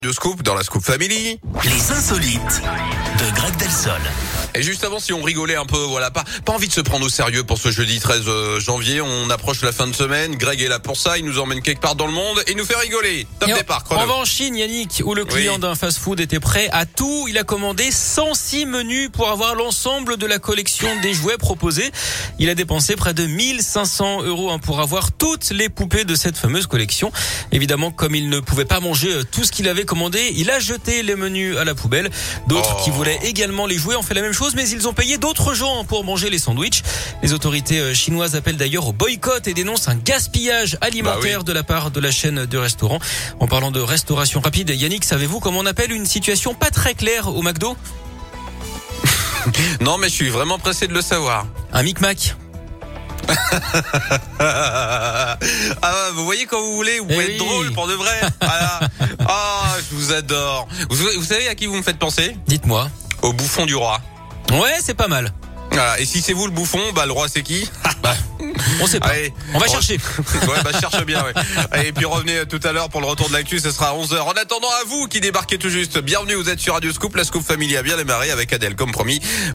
De Scoop dans la Scoop Family. Les insolites de Greg Delsol. Et juste avant, si on rigolait un peu, voilà, pas envie de se prendre au sérieux pour ce jeudi 13 janvier. On approche la fin de semaine. Greg est là pour ça. Il nous emmène quelque part dans le monde et nous fait rigoler. Top départ, chrono. On va en Chine, Yannick, où le client d'un fast-food était prêt à tout. Il a commandé 106 menus pour avoir l'ensemble de la collection des jouets proposés. Il a dépensé près de 1500 € pour avoir toutes les poupées de cette fameuse collection. Évidemment, comme il ne pouvait pas manger tout ce qu'il avait commandé, il a jeté les menus à la poubelle. D'autres qui voulaient également les jouer ont fait la même chose, mais ils ont payé d'autres gens pour manger les sandwichs. Les autorités chinoises appellent d'ailleurs au boycott et dénoncent un gaspillage alimentaire de la part de la chaîne de restaurants. En parlant de restauration rapide, Yannick, savez-vous comment on appelle une situation pas très claire au McDo? Non, mais je suis vraiment pressé de le savoir. Un micmac. Vous voyez quand vous voulez, vous pouvez être drôle pour de vrai. Voilà. Je vous adore. Vous savez à qui vous me faites penser? Dites-moi. Au bouffon du roi. Ouais, c'est pas mal. Voilà. Et si c'est vous le bouffon, le roi c'est qui? On sait pas. Allez, on va chercher. Cherche bien, ouais. Et puis revenez tout à l'heure pour le retour de l'actu, ce sera à 11h. En attendant, à vous qui débarquez tout juste, bienvenue, vous êtes sur Radio Scoop, la Scoop Family a bien démarré avec Adèle, comme promis.